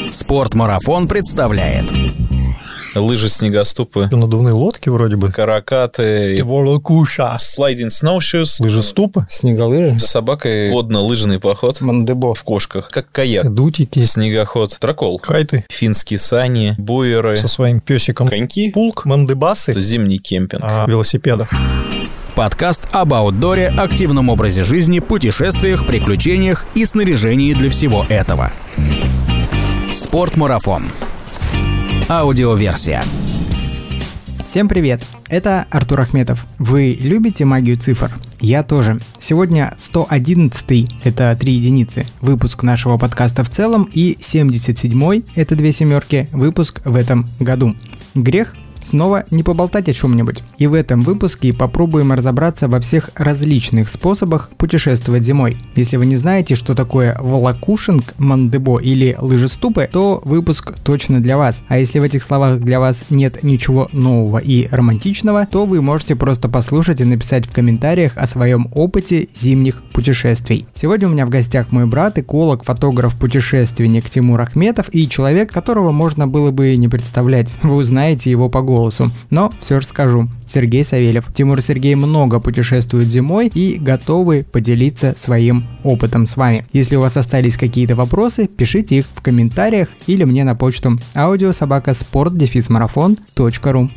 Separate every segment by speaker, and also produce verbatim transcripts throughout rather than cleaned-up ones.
Speaker 1: Спортмарафон представляет
Speaker 2: лыжи-снегоступы,
Speaker 3: надувные лодки вроде бы,
Speaker 2: каракаты,
Speaker 3: волокуша,
Speaker 2: слайдинг сноушьюз,
Speaker 3: лыжеступы,
Speaker 4: снеголыжи,
Speaker 2: с собакой водно-лыжный поход,
Speaker 4: мандебо,
Speaker 2: в кошках, как каяк,
Speaker 3: дутики,
Speaker 2: снегоход, трокол,
Speaker 3: кайты,
Speaker 2: финские сани, буеры,
Speaker 3: со своим песиком,
Speaker 2: коньки,
Speaker 3: пулк, мандебасы,
Speaker 2: зимний кемпинг,
Speaker 3: а велосипедов.
Speaker 1: Подкаст об аутдоре, активном образе жизни, путешествиях, приключениях и снаряжении для всего этого. Спортмарафон. Аудиоверсия.
Speaker 5: Всем привет! Это Артур Ахметов. Вы любите магию цифр? Я тоже. Сегодня сто одиннадцатый, это три единицы, выпуск нашего подкаста в целом, и семьдесят седьмой, это две семерки, выпуск в этом году. Грех снова не поболтать о чем-нибудь. И в этом выпуске попробуем разобраться во всех различных способах путешествовать зимой. Если вы не знаете, что такое волокушинг, мандебо или лыжеступы, то выпуск точно для вас. А если в этих словах для вас нет ничего нового и романтичного, то вы можете просто послушать и написать в комментариях о своем опыте зимних путешествий. Сегодня у меня в гостях мой брат, эколог, фотограф, путешественник Тимур Ахметов и человек, которого можно было бы не представлять. Вы узнаете его по голосу. Но все же скажу. Сергей Савельев. Тимур и Сергей много путешествуют зимой и готовы поделиться своим опытом с вами. Если у вас остались какие-то вопросы, пишите их в комментариях или мне на почту аудиособака спорт дефис марафон точка ру.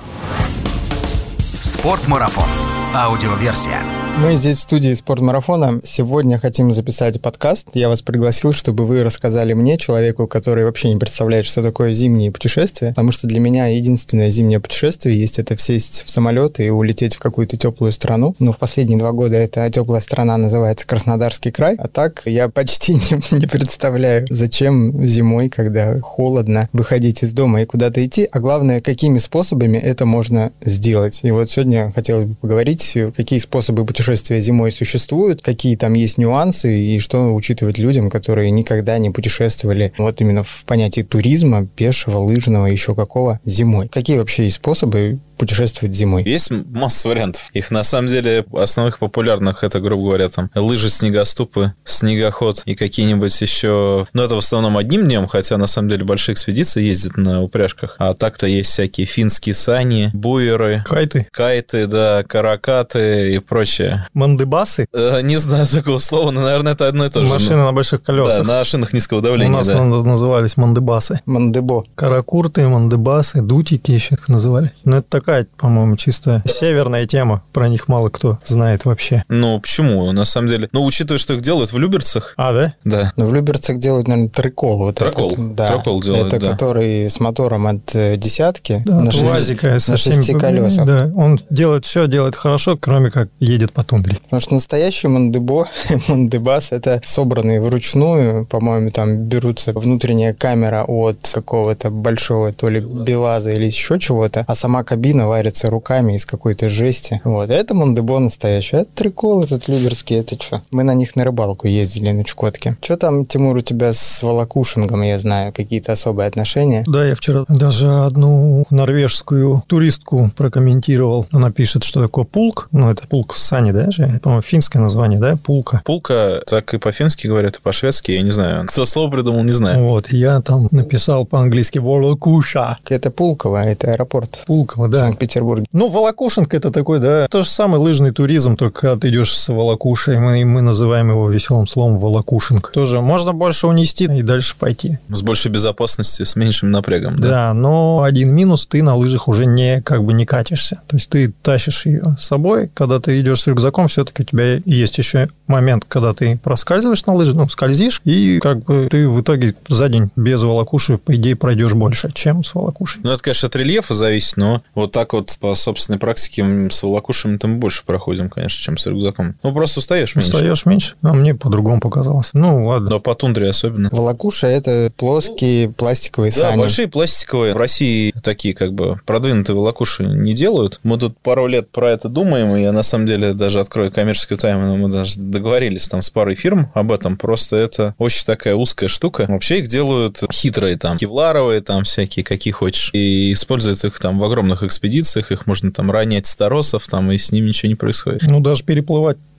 Speaker 1: Спортмарафон. Аудиоверсия.
Speaker 4: Мы здесь в студии Спортмарафона. Сегодня хотим записать подкаст. Я вас пригласил, чтобы вы рассказали мне, человеку, который вообще не представляет, что такое зимние путешествия, потому что для меня единственное зимнее путешествие есть это сесть в самолет и улететь в какую-то теплую страну. Но в последние два года эта теплая страна называется Краснодарский край, а так я почти не, не представляю, зачем зимой, когда холодно, выходить из дома и куда-то идти, а главное, какими способами это можно сделать. И вот сегодня хотелось бы поговорить, какие способы путешествия зимой существуют, какие там есть нюансы и что учитывать людям, которые никогда не путешествовали вот именно в понятии туризма, пешего, лыжного, еще какого, зимой. Какие вообще есть способы путешествовать зимой?
Speaker 2: Есть масса вариантов. Их на самом деле основных популярных это, грубо говоря, там лыжи, снегоступы, снегоход и какие-нибудь еще... Ну, это в основном одним днем, хотя на самом деле большие экспедиции ездят на упряжках. А так-то есть всякие финские сани, буеры,
Speaker 3: Кайты.
Speaker 2: Кайты, да, каракаты и прочее.
Speaker 3: Мандебасы?
Speaker 2: Э, не знаю такого слова, но, наверное, это одно и то же.
Speaker 3: Машины на больших колесах.
Speaker 2: Да, на шинах низкого давления,
Speaker 3: У нас
Speaker 2: да.
Speaker 3: назывались мандебасы.
Speaker 4: Мандебо.
Speaker 3: Каракурты, мандебасы, дутики еще их называли. Но это такая, по-моему, чисто северная тема. Про них мало кто знает вообще.
Speaker 2: Ну, почему? На самом деле... Ну, учитывая, что их делают в Люберцах.
Speaker 3: А, да?
Speaker 2: Да.
Speaker 4: Но в Люберцах делают, наверное, трикол. Вот
Speaker 2: Трокол.
Speaker 4: этот, да.
Speaker 2: Трокол делают,
Speaker 4: это
Speaker 2: да.
Speaker 4: который с мотором от э, десятки
Speaker 3: Да,
Speaker 4: на,
Speaker 3: от
Speaker 4: шести,
Speaker 3: УАЗика со
Speaker 4: на
Speaker 3: всеми
Speaker 4: шести колесах.
Speaker 3: Да, он делает все, делает хорошо, кроме как едет по тундре.
Speaker 4: Потому что настоящий мандебо, мандебас, это собранные вручную, по-моему, там берутся внутренняя камера от какого-то большого, то ли БелАЗа или еще чего-то, а сама кабина варится руками из какой-то жести. Вот, это мандебо настоящий. Это трикол этот люберский, это что? Мы на них на рыбалку ездили на Чукотке. Что там, Тимур, у тебя с волокушингом, я знаю, какие-то особые отношения?
Speaker 3: Да, я вчера даже одну норвежскую туристку прокомментировал. Она пишет, что такое пулк. Ну, это пулк сани, да, же? По-моему, финское название, да? Пулка.
Speaker 2: Пулка, так и по-фински говорят, и по-шведски, я не знаю. Кто слово придумал, не знаю.
Speaker 3: Вот, я там написал по-английски волокуша.
Speaker 4: Это Пулково, это аэропорт.
Speaker 3: Пулково,
Speaker 4: В
Speaker 3: да.
Speaker 4: Санкт-Петербурге.
Speaker 3: Ну, волокушинг это такой, да, то же самое лыжный туризм, только когда ты идешь с волокушей, мы, мы называем его веселым словом волокушинг. Тоже можно больше унести и дальше пойти.
Speaker 2: С большей безопасностью, с меньшим напрягом, да?
Speaker 3: Да, но один минус, ты на лыжах уже не, как бы не катишься. То есть ты тащишь ее с собой, когда ты идешь с рюкзаком, все-таки у тебя есть еще момент, когда ты проскальзываешь на лыжи, ну, скользишь, и как бы ты в итоге за день без волокуши, по идее, пройдешь больше, чем с волокушей.
Speaker 2: Ну, это, конечно, от рельефа зависит, но вот так вот по собственной практике с волокушами мы больше проходим, конечно, чем с рюкзаком. Ну, просто устаешь меньше.
Speaker 3: Устаешь меньше? А мне по-другому показалось. Ну, ладно.
Speaker 2: Но по тундре особенно.
Speaker 4: Волокуша – это плоские пластиковые
Speaker 2: Да,
Speaker 4: сани.
Speaker 2: большие пластиковые. В России такие как бы продвинутые волокуши не делают. Мы тут пару лет про это думаем, и я на самом деле даже открою коммерческую тайну, но мы даже договорились там с парой фирм об этом. Просто это очень такая узкая штука. Вообще их делают хитрые там, кевларовые там всякие, какие хочешь. И используют их там в огромных экспедициях. Их можно там ронять с торосов, там, и с ними ничего не происходит.
Speaker 3: Ну, даже переплывать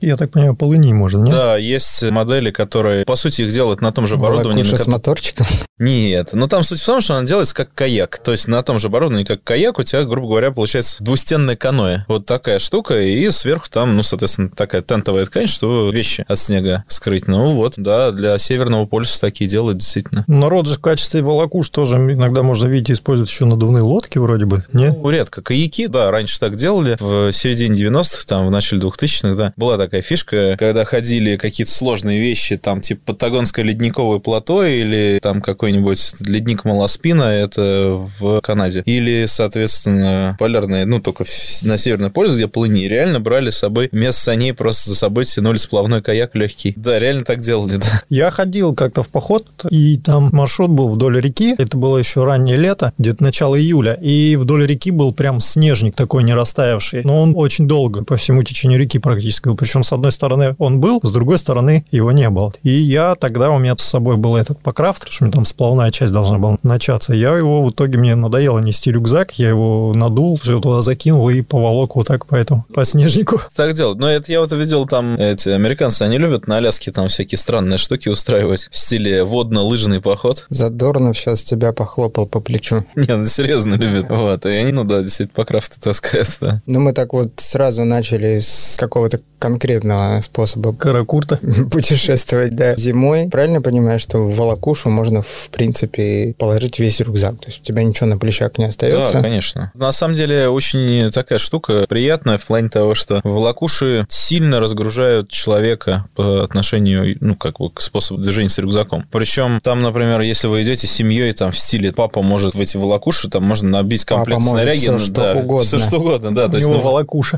Speaker 3: Я так понимаю, полыни можно, нет?
Speaker 2: Да, есть модели, которые, по сути, их делают на том же оборудовании.
Speaker 4: Волокуша
Speaker 2: на
Speaker 4: с моторчиком?
Speaker 2: Нет. Ну, там суть в том, что она делается как каяк. То есть на том же оборудовании, как каяк, у тебя, грубо говоря, получается двустенное каноэ. Вот такая штука, и сверху там, ну, соответственно, такая тентовая ткань, что вещи от снега скрыть. Ну, вот, да, для Северного полюса такие делают, действительно.
Speaker 3: Народ же в качестве волокуш тоже иногда, можно видеть, использует еще надувные лодки вроде бы, нет?
Speaker 2: Ну, редко. Каяки, да, раньше так делали. В середине девяностых, там, в начале двухтысячных, да, была такая фишка, когда ходили какие-то сложные вещи, там, типа Патагонское ледниковое плато или там какой-нибудь ледник Маласпина, это в Канаде. Или, соответственно, полярные, ну, только на Северный полюс, где плыни, реально брали с собой вместо саней, просто за собой тянули сплавной каяк легкий. Да, реально так делали, да.
Speaker 3: Я ходил как-то в поход, и там маршрут был вдоль реки. Это было еще раннее лето, где-то начало июля. И вдоль реки был прям снежник такой не растаявший. Но он очень долго по всему течению реки практически был. Причем с одной стороны он был, с другой стороны его не было. И я тогда, у меня с собой был этот покрафт, потому что у меня там сплавная часть должна была начаться. Я его, в итоге мне надоело нести рюкзак, я его надул, все туда закинул и поволок вот так по этому, по снежнику.
Speaker 2: Так делают. Но это я вот видел там, эти американцы, они любят на Аляске там всякие странные штуки устраивать в стиле водно-лыжный поход.
Speaker 4: Задорнов сейчас тебя похлопал по плечу.
Speaker 2: Не, ну серьезно любят. Вот. И они, ну да, действительно по крафту таскают, да.
Speaker 4: Ну, мы так вот сразу начали с какого-то конкретного способа
Speaker 3: Каракурта.
Speaker 4: путешествовать, да, зимой. Правильно понимаю, что в волокушу можно, в принципе, положить весь рюкзак? То есть у тебя ничего на плечах не остается?
Speaker 2: Да, конечно. На самом деле, очень такая штука приятная в плане того, что волокуши сильно разгружают человека по отношению, ну, как бы, к способу движения с рюкзаком. Причем там, например, если вы идете с семьей, там, в стиле папа может в эти волокуши, там можно набить комплект
Speaker 4: папа
Speaker 2: снаряги.
Speaker 4: Все,
Speaker 2: ну,
Speaker 4: что
Speaker 2: да,
Speaker 4: угодно.
Speaker 2: Все, что угодно, да. То есть,
Speaker 3: на
Speaker 2: на,
Speaker 3: волокуша.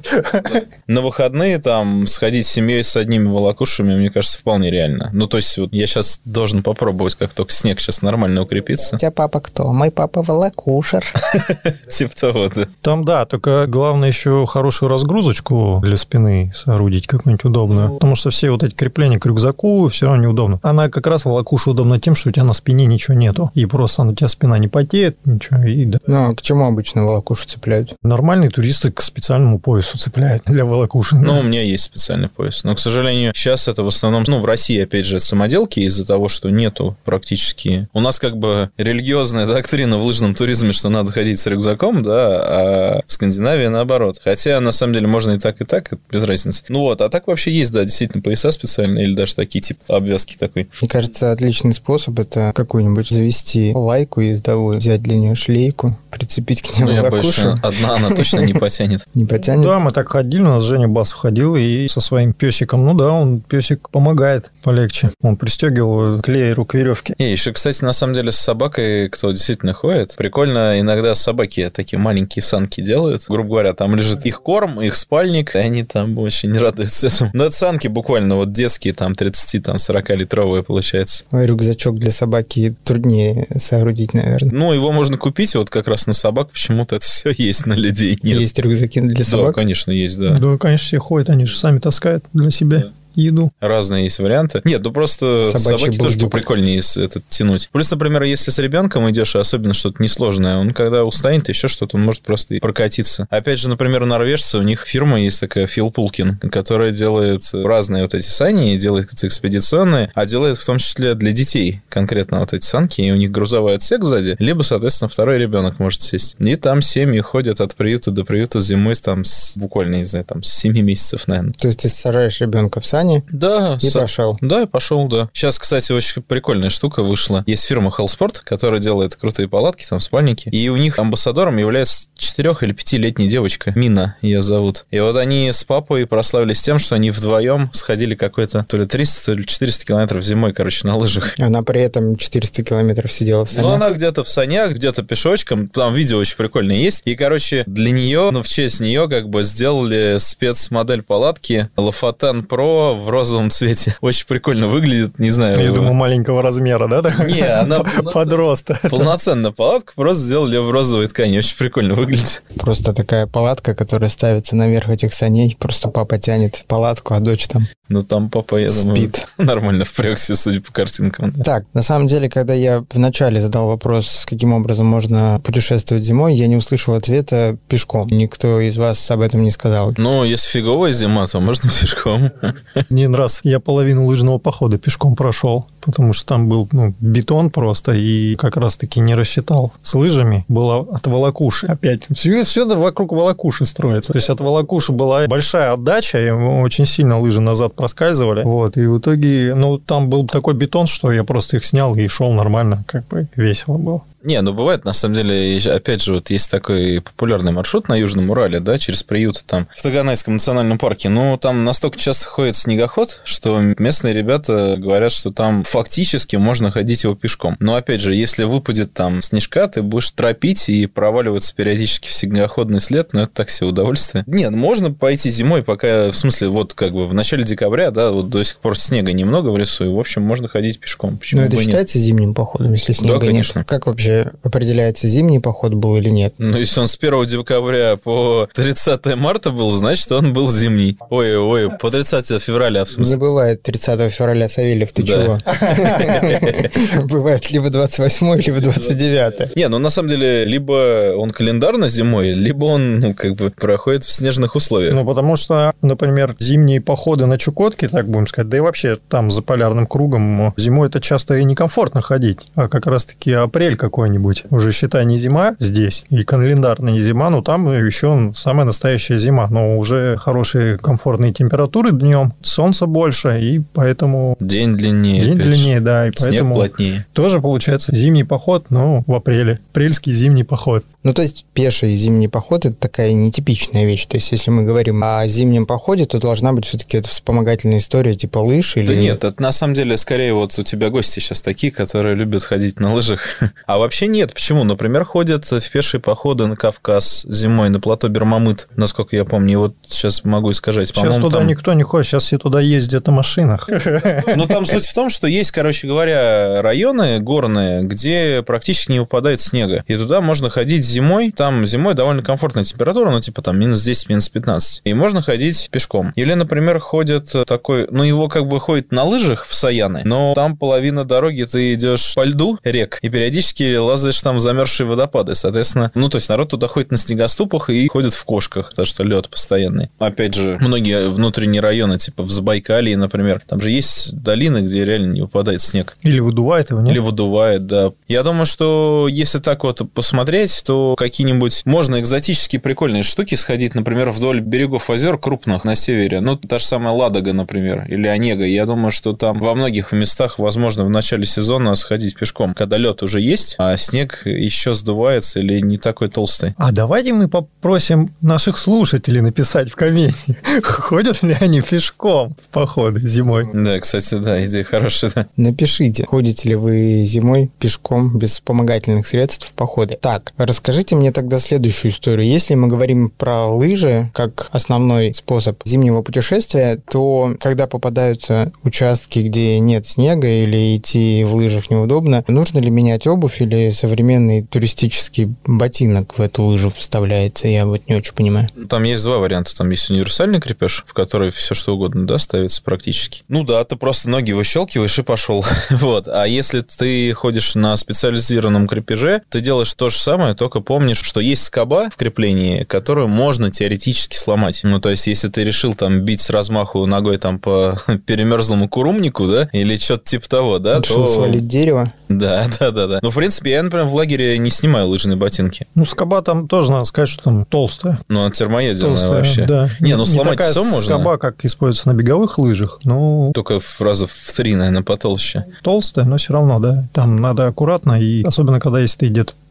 Speaker 2: на выходные там сходить с семьей с одними волокушами, мне кажется, вполне реально. Ну, то есть, вот я сейчас должен попробовать, как только снег сейчас нормально укрепится.
Speaker 4: У тебя папа кто? Мой папа волокушер.
Speaker 2: Типа того, да.
Speaker 3: Там, да, только главное еще хорошую разгрузочку для спины соорудить какую-нибудь удобную. Потому что все вот эти крепления к рюкзаку все равно неудобно. Она как раз волокуша удобна тем, что у тебя на спине ничего нету. И просто у тебя спина не потеет, ничего. И, да.
Speaker 4: Ну, а к чему обычно волокушу цепляют?
Speaker 3: Нормальные туристы к специальному поясу цепляют для волокуши.
Speaker 2: Ну, у меня есть специальный пояс. Но, к сожалению, сейчас это в основном, ну, в России, опять же, самоделки из-за того, что нету практически... У нас как бы религиозная доктрина в лыжном туризме, что надо ходить с рюкзаком, да, а в Скандинавии наоборот. Хотя, на самом деле, можно и так, и так, это без разницы. Ну вот, а так вообще есть, да, действительно, пояса специальные или даже такие, типа, обвязки такой.
Speaker 4: Мне кажется, отличный способ — это какую-нибудь завести лайку ездовую, взять для нее шлейку, прицепить к ней
Speaker 2: волокушу.
Speaker 4: волокушу.
Speaker 2: Я боюсь, одна она точно не потянет.
Speaker 4: Не потянет?
Speaker 3: Да, мы так ходили, у нас Женя Басов ходил и со своим песиком, ну да, он песик помогает полегче. Он пристегивал клееру к веревке.
Speaker 2: И еще, кстати, на самом деле с собакой, кто действительно ходит, прикольно иногда собаки такие маленькие санки делают. Грубо говоря, там лежит их корм, их спальник, и они там очень радуются этому. Но это санки буквально вот детские, там тридцать-сорок-литровые получается.
Speaker 4: Ой, рюкзачок для собаки труднее соорудить, наверное.
Speaker 2: Ну, его можно купить, вот как раз на собак почему-то это все есть, на людей нет.
Speaker 4: Есть рюкзаки для собак?
Speaker 2: Да, конечно, есть, да.
Speaker 3: Да, конечно, все ходят, они же сами таскают для себя. Да. Еду.
Speaker 2: Разные есть варианты. Нет, ну просто
Speaker 4: Собачий
Speaker 2: собаки
Speaker 4: бурдюк.
Speaker 2: тоже прикольнее этот тянуть. Плюс, например, если с ребенком идешь, и особенно что-то несложное, он когда устанет, еще что-то, он может просто и прокатиться. Опять же, например, у норвежцев, у них фирма есть такая Фил Пулкин, которая делает разные вот эти сани, делает экспедиционные, а делает в том числе для детей конкретно вот эти санки, и у них грузовой отсек сзади, либо, соответственно, второй ребенок может сесть. И там семьи ходят от приюта до приюта зимой, там, с, буквально, не знаю, там, с семи месяцев, наверное.
Speaker 4: То есть ты сажаешь ребенка в сани?
Speaker 2: Да.
Speaker 4: И
Speaker 2: с...
Speaker 4: пошел.
Speaker 2: Да, и пошел, да. Сейчас, кстати, очень прикольная штука вышла. Есть фирма Hellsport, которая делает крутые палатки, там, спальники. И у них амбассадором является четырех- или пятилетняя девочка. Мина ее зовут. И вот они с папой прославились тем, что они вдвоем сходили какой-то то ли триста, то ли четыреста километров зимой, короче, на лыжах.
Speaker 4: Она при этом четыреста километров сидела в санях?
Speaker 2: Ну, она где-то в санях, где-то пешочком. Там видео очень прикольное есть. И, короче, для нее, ну, в честь нее, как бы, сделали спецмодель палатки Lofoten Pro Скоба в розовом цвете. Очень прикольно выглядит, не знаю.
Speaker 3: Я думаю, маленького размера, да?
Speaker 2: Не, она
Speaker 3: подроста.
Speaker 2: Полноценная палатка, просто сделали в розовой ткани. Очень прикольно выглядит.
Speaker 4: Просто такая палатка, которая ставится наверх этих саней. Просто папа тянет палатку, а дочь там
Speaker 2: Ну, там папа, я думаю,
Speaker 4: спит.
Speaker 2: Нормально впрягся, судя по картинкам. Да.
Speaker 4: Так, на самом деле, когда я вначале задал вопрос, каким образом можно путешествовать зимой, я не услышал ответа пешком. Никто из вас об этом не сказал.
Speaker 2: Ну, если фиговая зима, то можно пешком.
Speaker 3: Один раз я половину лыжного похода пешком прошел, потому что там был ну, бетон просто, и как раз-таки не рассчитал с лыжами. Было от волокуши опять. Все, все вокруг волокуши строится. То есть от волокуши была большая отдача, и очень сильно лыжи назад проскальзывали. Вот, и в итоге, ну, там был такой бетон, что я просто их снял и шел нормально, как бы весело было.
Speaker 2: Не, ну бывает, на самом деле, опять же, вот есть такой популярный маршрут на Южном Урале, да, через приюты там в Таганайском национальном парке. Ну, там настолько часто ходит снегоход, что местные ребята говорят, что там фактически можно ходить его пешком. Но, опять же, если выпадет там снежка, ты будешь тропить и проваливаться периодически в снегоходный след, но это так себе удовольствие. Нет, можно пойти зимой, пока, в смысле, вот как бы в начале декабря, да, вот до сих пор снега немного в лесу, и, в общем, можно ходить пешком. Почему
Speaker 4: Но это
Speaker 2: бы
Speaker 4: считается
Speaker 2: нет?
Speaker 4: Зимним походом, если снега
Speaker 2: Да, конечно.
Speaker 4: нет? Как вообще определяется, зимний поход был или нет?
Speaker 2: Ну, если он с первого декабря по тридцатое марта был, значит, он был зимний. Ой, ой, по тридцатое февраля, в смысле.
Speaker 4: Не бывает тридцатого февраля, Савельев, ты чего? Бывает либо двадцать восьмое, либо двадцать девятое.
Speaker 2: Не, ну, на самом деле, либо он календарно зимой, либо он, ну, как бы, проходит в снежных условиях.
Speaker 3: Ну, потому что, например, зимние походы на Чукотке, так будем сказать, да и вообще там за полярным кругом зимой это часто и некомфортно ходить, а как раз-таки апрель какой-нибудь. Уже, считай, не зима здесь, и календарная не зима, но там еще самая настоящая зима, но уже хорошие комфортные температуры днем, солнца больше, и поэтому...
Speaker 2: День длиннее.
Speaker 3: День длиннее, да, и
Speaker 2: Снег
Speaker 3: поэтому...
Speaker 2: плотнее.
Speaker 3: Тоже получается зимний поход, но в апреле. Апрельский зимний поход.
Speaker 4: Ну, то есть пеший зимний поход – это такая нетипичная вещь. То есть если мы говорим о зимнем походе, то должна быть все-таки это вспомогательная история типа лыж или...
Speaker 2: Да нет, это на самом деле скорее вот у тебя гости сейчас такие, которые любят ходить на лыжах. А вообще нет. Почему? Например, ходят в пешие походы на Кавказ зимой на плато Бермамыт, насколько я помню. Вот сейчас могу искажать.
Speaker 3: Сейчас туда там... никто не ходит, сейчас все туда ездят на машинах.
Speaker 2: Ну, там суть в том, что есть, короче говоря, районы горные, где практически не выпадает снега. И туда можно ходить зимой. Там зимой довольно комфортная температура, ну, типа там минус десять, минус пятнадцать. И можно ходить пешком. Или, например, ходят такой... Ну, его как бы ходит на лыжах в Саяны, но там половина дороги ты идешь по льду рек и периодически лазаешь там в замерзшие водопады. Соответственно, ну, то есть народ туда ходит на снегоступах и ходит в кошках, потому что лед постоянный. Опять же, многие внутренние районы, типа в Забайкалье, например, там же есть долины, где реально не выпадает снег.
Speaker 3: Или выдувает его, нет?
Speaker 2: Или выдувает, да. Я думаю, что если так вот посмотреть, то какие-нибудь можно экзотические прикольные штуки сходить, например, вдоль берегов озер крупных на севере. Ну, та же самая Ладога, например, или Онега. Я думаю, что там во многих местах возможно в начале сезона сходить пешком, когда лед уже есть, а снег еще сдувается или не такой толстый.
Speaker 3: А давайте мы попросим наших слушателей написать в комменте, ходят ли они пешком в походы зимой.
Speaker 2: Да, кстати, да, идея хорошая. Да.
Speaker 4: Напишите, ходите ли вы зимой пешком без вспомогательных средств в походы. Так, расскажите мне тогда следующую историю. Если мы говорим про лыжи как основной способ зимнего путешествия, то когда попадаются участки, где нет снега или идти в лыжах неудобно, нужно ли менять обувь или современный туристический ботинок в эту лыжу вставляется? Я вот не очень понимаю.
Speaker 2: Там есть два варианта. Там есть универсальный крепеж, в который все что угодно, да, ставится практически. Ну да, ты просто ноги выщелкиваешь и пошел. Вот. А если ты ходишь на специализированном крепеже, ты делаешь то же самое, только помнишь, что есть скоба в креплении, которую можно теоретически сломать. Ну, то есть, если ты решил там бить с размаху ногой там по перемерзлому курумнику, да, или что-то типа того, да,
Speaker 4: решил
Speaker 2: то...
Speaker 4: свалить дерево.
Speaker 2: Да, да, да, да. Ну, в принципе, я, например, в лагере не снимаю лыжные ботинки.
Speaker 3: Ну, скоба там тоже, надо сказать, что там толстая.
Speaker 2: Ну, она термоядерная
Speaker 3: толстая,
Speaker 2: вообще.
Speaker 3: Да.
Speaker 2: Не, ну, сломать
Speaker 3: не
Speaker 2: все можно.
Speaker 3: Скоба, как используется на беговых лыжах, ну...
Speaker 2: Только в раза в три, наверное, потолще.
Speaker 3: Толстая, но все равно, да. Там надо аккуратно, и особенно, когда если ты где-то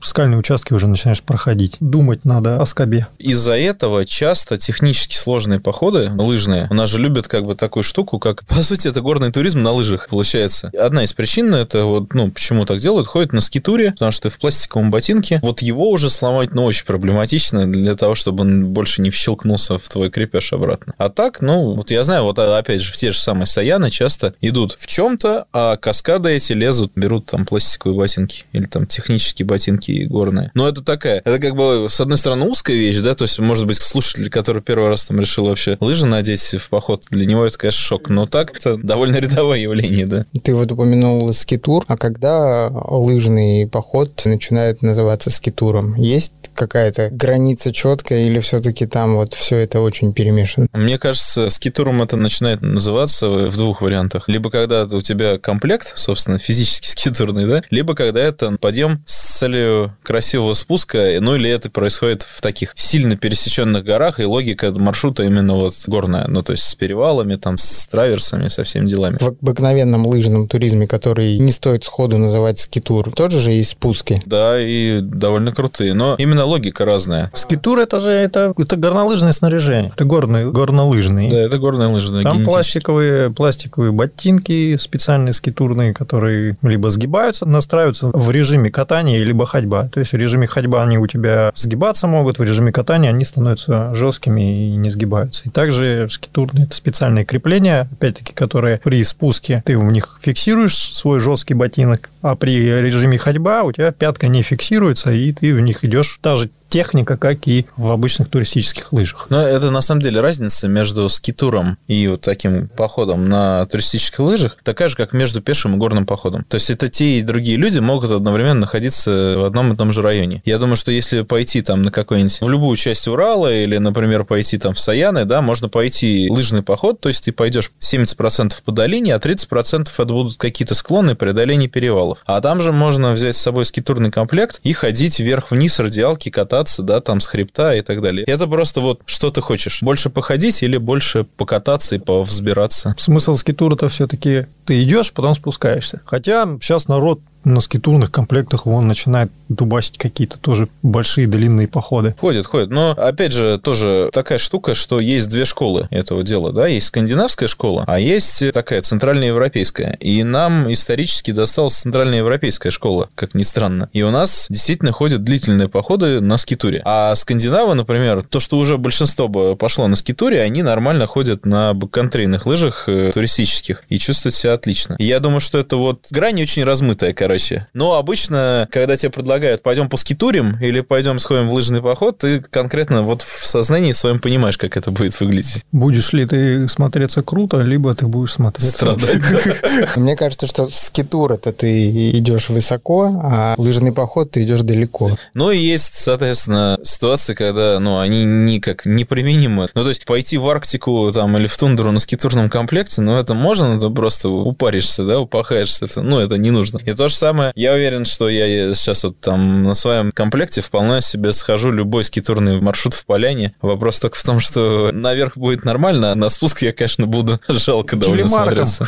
Speaker 3: скальные участки уже начинаешь проходить. Думать надо о скобе.
Speaker 2: Из-за этого часто технически сложные походы лыжные, у нас же любят как бы такую штуку, как, по сути, это горный туризм на лыжах, получается. Одна из причин, это вот, ну, почему так делают, ходят на скитуре, потому что в пластиковом ботинке, вот его уже сломать, ну, очень проблематично для того, чтобы он больше не вщелкнулся в твой крепеж обратно. А так, ну, вот я знаю, вот опять же, в те же самые Саяны часто идут в чем-то, а каскады эти лезут, берут там пластиковые ботинки или там технические ботинки горные. Но это такая, это как бы, с одной стороны, узкая вещь, да, то есть, может быть, слушатель, который первый раз там решил вообще лыжи надеть в поход, для него это, конечно, шок, но так это довольно рядовое явление, да.
Speaker 4: Ты вот упомянул скитур, а когда лыжный поход начинает называться скитуром? Есть какая-то граница четкая или все-таки там вот все это очень перемешано?
Speaker 2: Мне кажется, скитуром это начинает называться в двух вариантах. Либо когда у тебя комплект, собственно, физически скитурный, да, либо когда это подъем с целью красивого спуска, ну или это происходит в таких сильно пересеченных горах, и логика маршрута именно вот горная, ну то есть с перевалами, там, с траверсами, со всеми делами.
Speaker 4: В обыкновенном лыжном туризме, который не стоит сходу называть скитур, тоже же есть спуски?
Speaker 2: Да, и довольно крутые, но именно логика разная.
Speaker 3: Скитур это же это, это горнолыжное снаряжение, это горный, горнолыжный.
Speaker 2: Да, это горные лыжи, да,
Speaker 3: там пластиковые, пластиковые ботинки специальные скитурные, которые либо сгибаются, настраиваются в режиме катания, либо ходьба. То есть в режиме ходьба они у тебя сгибаться могут, в режиме катания они становятся жесткими и не сгибаются. И также скитурные это специальные крепления, опять-таки, которые при спуске ты в них фиксируешь свой жесткий ботинок, а при режиме ходьба у тебя пятка не фиксируется, и ты в них идешь. Та же техника, как и в обычных туристических лыжах.
Speaker 2: Но это на самом деле разница между скитуром и вот таким походом на туристических лыжах такая же, как между пешим и горным походом. То есть это те и другие люди могут одновременно находиться в одном и том же районе. Я думаю, что если пойти там на какой-нибудь, в любую часть Урала или, например, пойти там в Саяны, да, можно пойти лыжный поход, то есть ты пойдешь семьдесят процентов по долине, а тридцать процентов это будут какие-то склоны преодоления перевалов. А там же можно взять с собой скитурный комплект и ходить вверх-вниз, радиалки, кататься, да, там с хребта и так далее. Это просто вот что ты хочешь. Больше походить или больше покататься и повзбираться?
Speaker 3: Смысл скитура-то все-таки ты идешь, потом спускаешься. Хотя сейчас народ на скитурных комплектах вон начинает дубасить какие-то тоже большие длинные походы.
Speaker 2: Ходит, ходит. Но, опять же, тоже такая штука, что есть две школы этого дела, да, есть скандинавская школа, а есть такая центральноевропейская. И нам исторически досталась центральноевропейская школа, как ни странно. И у нас действительно ходят длительные походы на скитуре. А скандинавы, например, то, что уже большинство бы пошло на скитуре, они нормально ходят на бэкконтрейных лыжах э, туристических и чувствуют себя отлично. И я думаю, что это вот грань очень размытая, короче. Но обычно, когда тебе предлагают, пойдем поскитурим или пойдем сходим в лыжный поход, ты конкретно вот в сознании своем понимаешь, как это будет выглядеть.
Speaker 3: Будешь ли ты смотреться круто, либо ты будешь смотреться...
Speaker 2: Страдать.
Speaker 4: Мне кажется, что в скитур это ты идешь высоко, а в лыжный поход ты идешь далеко.
Speaker 2: Ну и есть, соответственно, ситуации, когда, ну, они никак неприменимы. Ну, то есть пойти в Арктику там или в тундру на скитурном комплекте, ну, это можно, но ты просто упаришься, да, упахаешься. Ну, это не нужно. И то же самое, я уверен, что я сейчас вот там на своем комплекте вполне себе схожу любой скитурный маршрут в поляне. Вопрос только в том, что наверх будет нормально, а на спуск я, конечно, буду жалко довольно смотреться.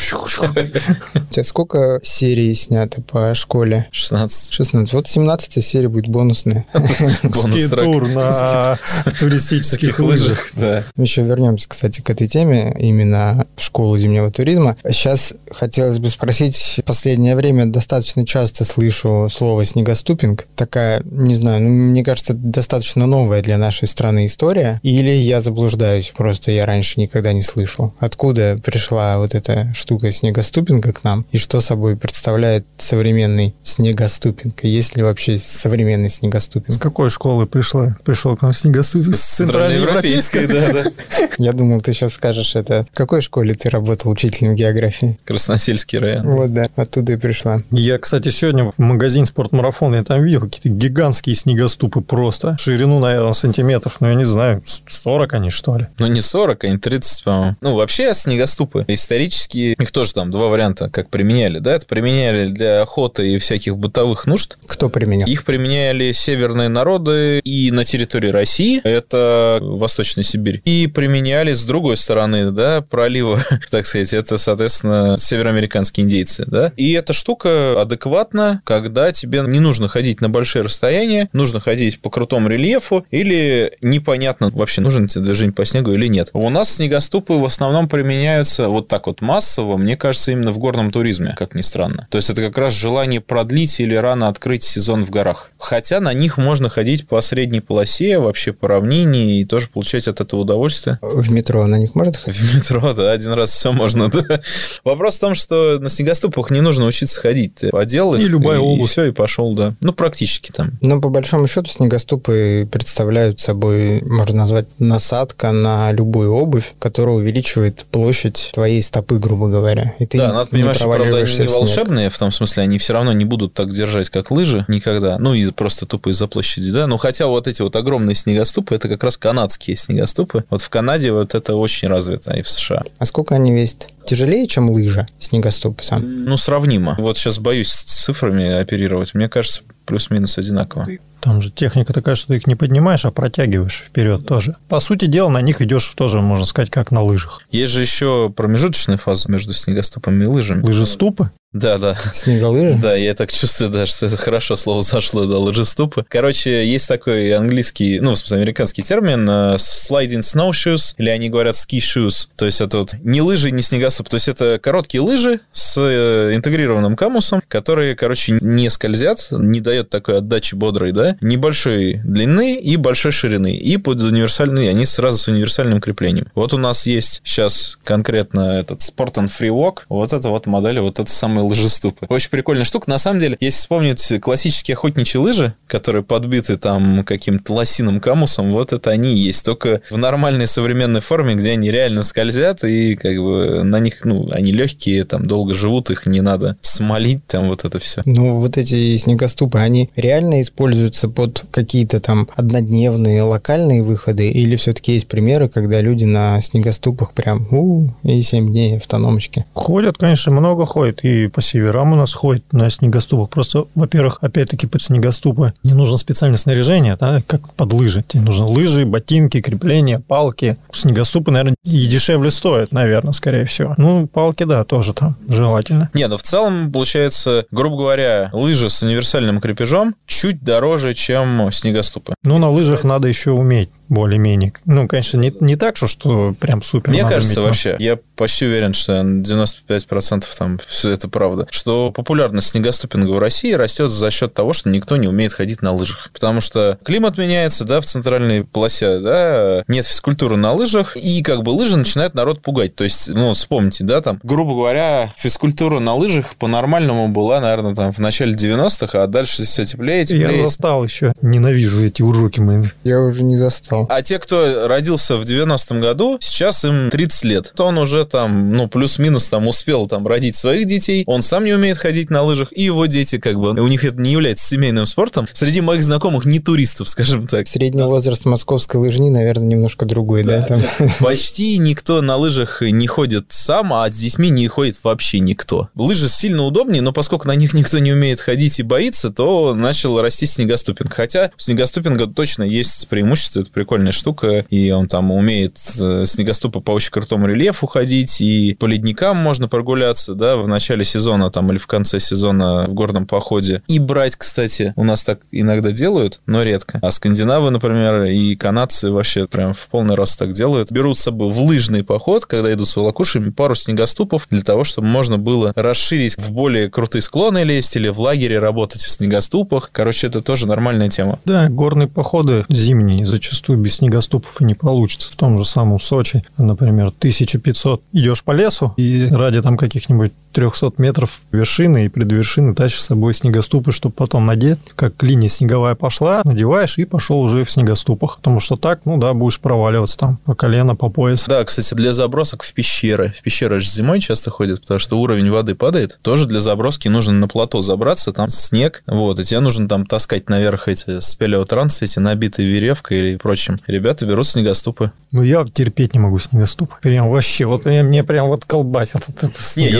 Speaker 4: У тебя сколько серий снято по школе?
Speaker 2: шестнадцать.
Speaker 4: шестнадцать. Вот семнадцатая серия будет бонусная.
Speaker 3: Скитур на туристических лыжах.
Speaker 2: Да.
Speaker 4: Еще вернемся, кстати, к этой теме, именно школы зимнего туризма. Сейчас хотелось бы спросить, в последнее время достаточно часто слышу слово «снегоступинг». Такая, не знаю, ну, мне кажется, достаточно новая для нашей страны история. Или я заблуждаюсь, просто я раньше никогда не слышал. Откуда пришла вот эта штука снегоступинга к нам? И что собой представляет современный снегоступинг? И есть ли вообще современный снегоступинг?
Speaker 3: С какой школы пришла? Пришел к нам снегоступинг?
Speaker 2: С центральноевропейской, да, да.
Speaker 4: Я думал, ты сейчас скажешь это. В какой школе ты работал учителем географии?
Speaker 2: Красносельский район.
Speaker 4: Вот, да, оттуда и пришла.
Speaker 3: Я, кстати, сегодня в магазин «Спортмарафон», я там видел какие-то гигантские снегоступы просто. Ширину, наверное, сантиметров, ну, я не знаю, сорок они, что ли?
Speaker 2: Ну, не сорок, они тридцать, по-моему. Ну, вообще, снегоступы исторически, их тоже там два варианта, как применяли, да? Это применяли для охоты и всяких бытовых нужд.
Speaker 4: Кто применял?
Speaker 2: Их применяли северные народы и на территории России, это Восточная Сибирь. И применяли с другой стороны, да, пролива, так сказать, это, соответственно, североамериканские индейцы, да. И эта штука адекватна, когда тебе не нужно ходить на большие расстояния, нужно ходить по крутому рельефу, или непонятно, вообще нужно тебе движение по снегу или нет. У нас снегоступы в основном применяются вот так вот массово, мне кажется, именно в горном туризме, как ни странно. То есть это как раз желание продлить или рано открыть сезон в горах. Хотя на них можно ходить по средней полосе, вообще по равнине, и тоже получать от этого удовольствие.
Speaker 4: В метро на них можно ходить?
Speaker 2: В метро, да, один раз все можно, да. Вопрос в том, что на снегоступах не нужно учиться ходить. Ты одел их,
Speaker 3: и любая
Speaker 2: и,
Speaker 3: обувь.
Speaker 2: И все, и пошел, да. Ну, практически там.
Speaker 4: Но по большому счету снегоступы представляют собой, можно назвать, насадка на любую обувь, которая увеличивает площадь твоей стопы, грубо говоря. И ты
Speaker 2: да, надо понимать, что, правда, они не
Speaker 4: в
Speaker 2: волшебные, в том смысле, они все равно не будут так держать, как лыжи никогда. Ну, и просто тупо из-за площади, да. Ну, хотя вот эти вот огромные снегоступы, это как раз канадские снегоступы. Вот в Канаде вот это очень развито, и в США.
Speaker 4: А сколько они весят? Тяжелее, чем лыжа, снегоступы сам?
Speaker 2: Ну, сравнимо. Вот сейчас боюсь с цифрами оперировать. Мне кажется, плюс-минус одинаково.
Speaker 3: Там же техника такая, что ты их не поднимаешь, а протягиваешь вперед тоже. По сути дела, на них идешь тоже, можно сказать, как на лыжах.
Speaker 2: Есть же еще промежуточная фаза между снегоступами и лыжами.
Speaker 3: Лыжеступы?
Speaker 2: Да, да.
Speaker 4: Снеголыжи?
Speaker 2: Да, я так чувствую, да, что это хорошо слово зашло, да, лыжеступы. Короче, есть такой английский, ну, в смысле, американский термин uh, sliding snowshoes, или они говорят ski shoes, то есть это вот не лыжи, не снегоступ, то есть это короткие лыжи с э, интегрированным камусом, которые, короче, не скользят, не дает такой отдачи бодрой, да, небольшой длины и большой ширины, и под универсальные, они сразу с универсальным креплением. Вот у нас есть сейчас конкретно этот Sport and Free Walk, вот это вот модель, вот это самый лыжеступы. Очень прикольная штука. На самом деле, если вспомнить классические охотничьи лыжи, которые подбиты там каким-то лосиным камусом, вот это они и есть. Только в нормальной современной форме, где они реально скользят, и как бы на них, ну, они легкие, там долго живут, их не надо смолить, там вот это все.
Speaker 4: Ну, вот эти снегоступы, они реально используются под какие-то там однодневные локальные выходы, или все-таки есть примеры, когда люди на снегоступах прям у и семь дней автономочки?
Speaker 3: Ходят, конечно, много ходят, и по северам у нас ходят на снегоступах. Просто, во-первых, опять-таки под снегоступы не нужно специальное снаряжение, да, как под лыжи. Тебе нужны лыжи, ботинки, крепления, палки. Снегоступы, наверное, и дешевле стоят, наверное, скорее всего. Ну, палки, да, тоже там желательно.
Speaker 2: Не, ну в целом, получается, грубо говоря, лыжи с универсальным крепежом чуть дороже, чем снегоступы.
Speaker 3: Ну, на лыжах надо еще уметь более-менее. Ну, конечно, не, не так, что, что прям супер.
Speaker 2: Мне кажется,
Speaker 3: иметь,
Speaker 2: вообще, но... я почти уверен, что девяносто пять процентов там все это правда, что популярность снегоступинга в России растет за счет того, что никто не умеет ходить на лыжах. Потому что климат меняется, да, в центральной полосе, да, нет физкультуры на лыжах, и как бы лыжи начинают народ пугать. То есть, ну, вспомните, да, там, грубо говоря, физкультура на лыжах по-нормальному была, наверное, там в начале девяностых, а дальше все теплее, теплее.
Speaker 3: Я застал еще. Ненавижу эти уроки мои.
Speaker 4: Я уже не застал.
Speaker 2: А те, кто родился в девяностом году, сейчас им тридцать лет. То он уже там, ну, плюс-минус там успел там родить своих детей, он сам не умеет ходить на лыжах, и его дети, как бы, у них это не является семейным спортом. Среди моих знакомых не туристов, скажем так.
Speaker 4: Средний возраст московской лыжни, наверное, немножко другой, да? да? Там?
Speaker 2: Почти никто на лыжах не ходит сам, а с детьми не ходит вообще никто. Лыжи сильно удобнее, но поскольку на них никто не умеет ходить и боится, то начал расти снегоступинг. Хотя у снегоступинга точно есть преимущество, это прикольная штука, и он там умеет снегоступы по очень крутому рельефу ходить, и по ледникам можно прогуляться, да, в начале сезона там или в конце сезона в горном походе. И брать, кстати, у нас так иногда делают, но редко. А скандинавы, например, и канадцы вообще прям в полный рост так делают. Берут с собой в лыжный поход, когда идут с волокушами, пару снегоступов для того, чтобы можно было расширить в более крутые склоны лезть или в лагере работать в снегоступах. Короче, это тоже нормальная тема.
Speaker 3: Да, горные походы зимние зачастую без снегоступов и не получится. В том же самом Сочи, например, тысяча пятьсот идешь по лесу, и ради там каких-нибудь трехсот метров вершины и предвершины тащишь с собой снегоступы, чтобы потом надеть, как линия снеговая пошла, надеваешь и пошел уже в снегоступах. Потому что так, ну да, будешь проваливаться там по колено, по пояс.
Speaker 2: Да, кстати, для забросок в пещеры. В пещеры же зимой часто ходят, потому что уровень воды падает. Тоже для заброски нужно на плато забраться, там снег, вот, и тебе нужно там таскать наверх эти спелеотрансы, эти набитые веревкой или прочим. Ребята берут снегоступы.
Speaker 3: Ну, я терпеть не могу снегоступы. Прям вообще, вот мне прям вот колбасит. Вот это
Speaker 2: не, я не то, что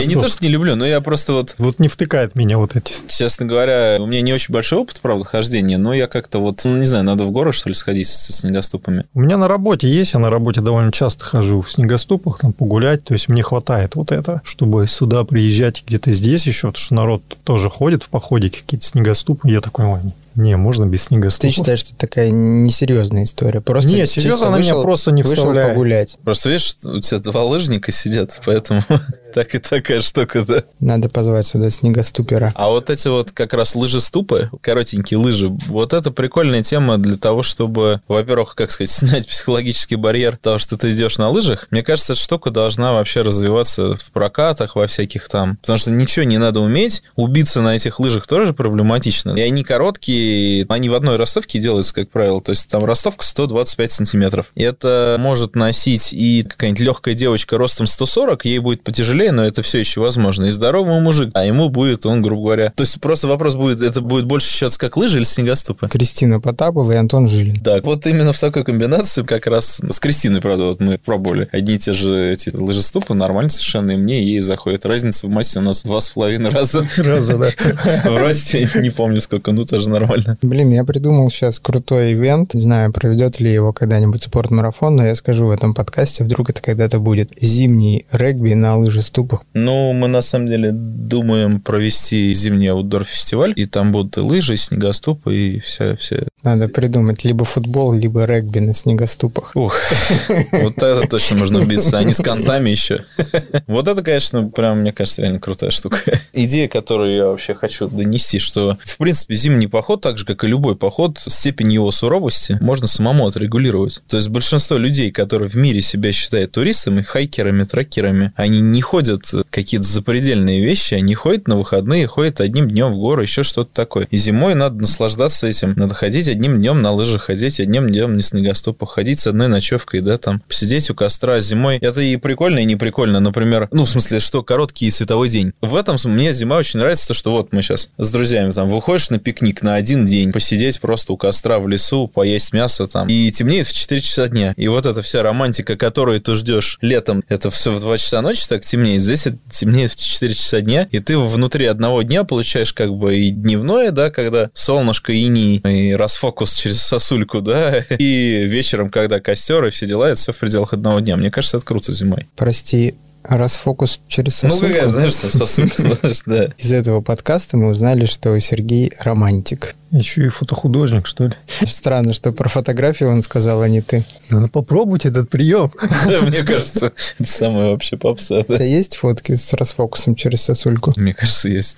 Speaker 2: не люблю, но я просто вот...
Speaker 3: Вот не втыкает меня вот эти.
Speaker 2: Честно говоря, у меня не очень большой опыт, правда, хождения, но я как-то вот, ну, не знаю, надо в горы, что ли, сходить со снегоступами.
Speaker 3: У меня на работе есть, я на работе довольно часто хожу в снегоступах, там, погулять, то есть мне хватает вот это, чтобы сюда приезжать где-то здесь еще, потому что народ тоже ходит в походе, какие-то снегоступы, я такой, ой, не, можно без снегоступов.
Speaker 4: Ты считаешь, что это такая несерьезная история? Просто
Speaker 3: не, серьезно, она меня просто не вставляет.
Speaker 4: Погулять.
Speaker 2: Просто видишь, у тебя два лыжника сидят, поэтому так и такая штука, да.
Speaker 4: Надо позвать сюда снегоступера.
Speaker 2: А вот эти вот как раз лыжеступы, коротенькие лыжи, вот это прикольная тема для того, чтобы, во-первых, как сказать, снять психологический барьер того, что ты идешь на лыжах. Мне кажется, эта штука должна вообще развиваться в прокатах, во всяких там. Потому что ничего не надо уметь. Убиться на этих лыжах тоже проблематично. И они короткие, они в одной ростовке делаются, как правило. То есть там ростовка сто двадцать пять сантиметров. И это может носить и какая-нибудь легкая девочка ростом сто сорок, ей будет потяжелее, но это все еще возможно. И здоровый мужик, а ему будет, он, грубо говоря... То есть просто вопрос будет, это будет больше считаться как лыжи или снегоступы?
Speaker 4: Кристина Потапова и Антон Жилин.
Speaker 2: Да, вот именно в такой комбинации как раз с Кристиной, правда, вот мы пробовали. Одни и те же эти лыжеступы, нормально совершенно, и мне, и ей заходит. Разница в массе у нас два с половиной раза.
Speaker 3: Раза, да.
Speaker 2: В росте не помню сколько, ну тоже нормально.
Speaker 4: Блин, я придумал сейчас крутой ивент. Не знаю, проведет ли его когда-нибудь спортмарафон, но я скажу в этом подкасте, вдруг это когда-то будет. Зимний регби на лыжеступах.
Speaker 2: Ну, мы на самом деле думаем провести зимний аутдор-фестиваль, и там будут и лыжи, и снегоступы, и вся... вся...
Speaker 4: Надо придумать либо футбол, либо регби на снегоступах.
Speaker 2: Ух, вот это точно можно убиться, а не с кантами еще. Вот это, конечно, прям, мне кажется, реально крутая штука. Идея, которую я вообще хочу донести, что, в принципе, зимний поход, так же, как и любой поход, степень его суровости можно самому отрегулировать. То есть большинство людей, которые в мире себя считают туристами, хайкерами, трекерами, они не ходят какие-то запредельные вещи, они ходят на выходные, ходят одним днем в горы, еще что-то такое. И зимой надо наслаждаться этим. Надо ходить одним днем на лыжах, ходить одним днем на снегоступах, ходить с одной ночевкой, да, там, посидеть у костра зимой. Это и прикольно, и не прикольно. Например, ну, в смысле, что короткий световой день. В этом мне зима очень нравится, то, что вот мы сейчас с друзьями там выходишь на пикник на один день, посидеть просто у костра в лесу, поесть мясо там, и темнеет в четыре часа дня. И вот эта вся романтика, которую ты ждешь летом, это все в два часа ночи так темнеет, здесь это темнеет в четыре часа дня, и ты внутри одного дня получаешь как бы и дневное, да, когда солнышко, иней, и расфокус через сосульку, да, и вечером, когда костер и все дела, это все в пределах одного дня. Мне кажется, это круто зимой.
Speaker 4: Прости, расфокус через сосульку.
Speaker 2: Ну, какая, знаешь, там сосулька, знаешь, да.
Speaker 4: Из этого подкаста мы узнали, что Сергей романтик.
Speaker 3: Еще и фотохудожник, что ли?
Speaker 4: Странно, что про фотографию он сказал, а не ты.
Speaker 3: Надо попробовать этот прием.
Speaker 2: Да, мне кажется, это самое вообще попса.
Speaker 4: У тебя есть фотки с расфокусом через сосульку?
Speaker 2: Мне кажется, есть.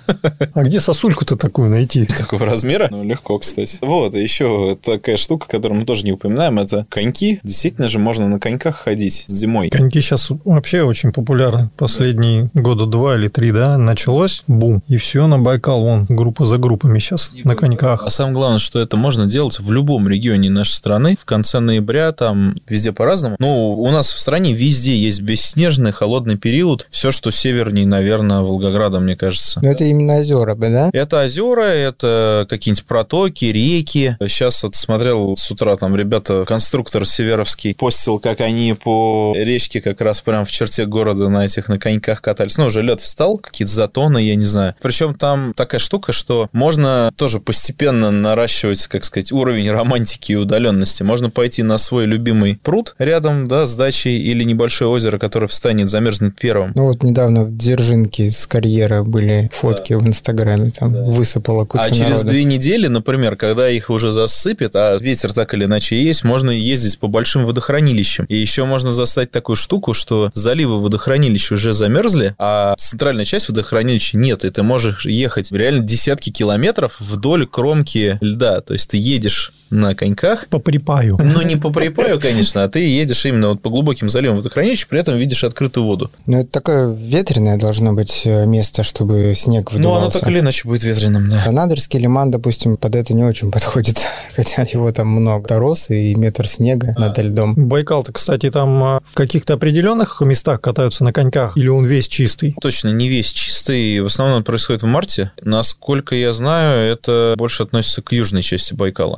Speaker 3: А где сосульку-то такую найти?
Speaker 2: Такого размера? Ну, легко, кстати. Вот, и еще такая штука, которую мы тоже не упоминаем, это коньки. Действительно же можно на коньках ходить зимой.
Speaker 3: Коньки сейчас вообще очень популярны. Последние года два или три, да, началось бум. И все на Байкал, вон, группа за группами сейчас на коньках.
Speaker 2: А самое главное, что это можно делать в любом регионе нашей страны. В конце ноября, там, везде по-разному. Ну, у нас в стране везде есть бесснежный, холодный период. Все, что севернее, наверное, Волгограда, мне кажется.
Speaker 4: Но это именно озера, да?
Speaker 2: Это озера, это какие-нибудь протоки, реки. Сейчас вот смотрел с утра, там, ребята, конструктор северовский постил, как они по речке как раз прям в черте города на этих, на коньках катались. Ну, уже лед встал, какие-то затоны, я не знаю. Причем там такая штука, что можно тоже постепенно наращивать, как сказать, уровень романтики и удаленности. Можно пойти на свой любимый пруд рядом, да, с дачей, или небольшое озеро, которое встанет, замерзнет первым.
Speaker 4: Ну, вот недавно в Дзержинке с карьера были фотки, да, в Инстаграме, там, да, высыпала куча народа.
Speaker 2: А через две недели, например, когда их уже засыпет, а ветер так или иначе есть, можно ездить по большим водохранилищам. И еще можно застать такую штуку, что заливы водохранилищ уже замерзли, а центральная часть водохранилища нет, и ты можешь ехать реально десятки километров вдоль кромки льда. То есть ты едешь на коньках.
Speaker 3: По припаю.
Speaker 2: Ну, не по припаю, конечно, а ты едешь именно вот по глубоким заливам водохранилища, при этом видишь открытую воду.
Speaker 4: Ну, это такое ветреное должно быть место, чтобы снег выдувался.
Speaker 2: Ну, оно так или иначе будет ветреным, да.
Speaker 4: Анадырский лиман, допустим, под это не очень подходит, хотя его там много. Торос и метр снега а. над льдом.
Speaker 3: Байкал-то, кстати, там в каких-то определенных местах катаются на коньках, или он весь чистый?
Speaker 2: Точно, не весь чистый. В основном это происходит в марте. Насколько я знаю, это больше относится к южной части Байкала. Опять же,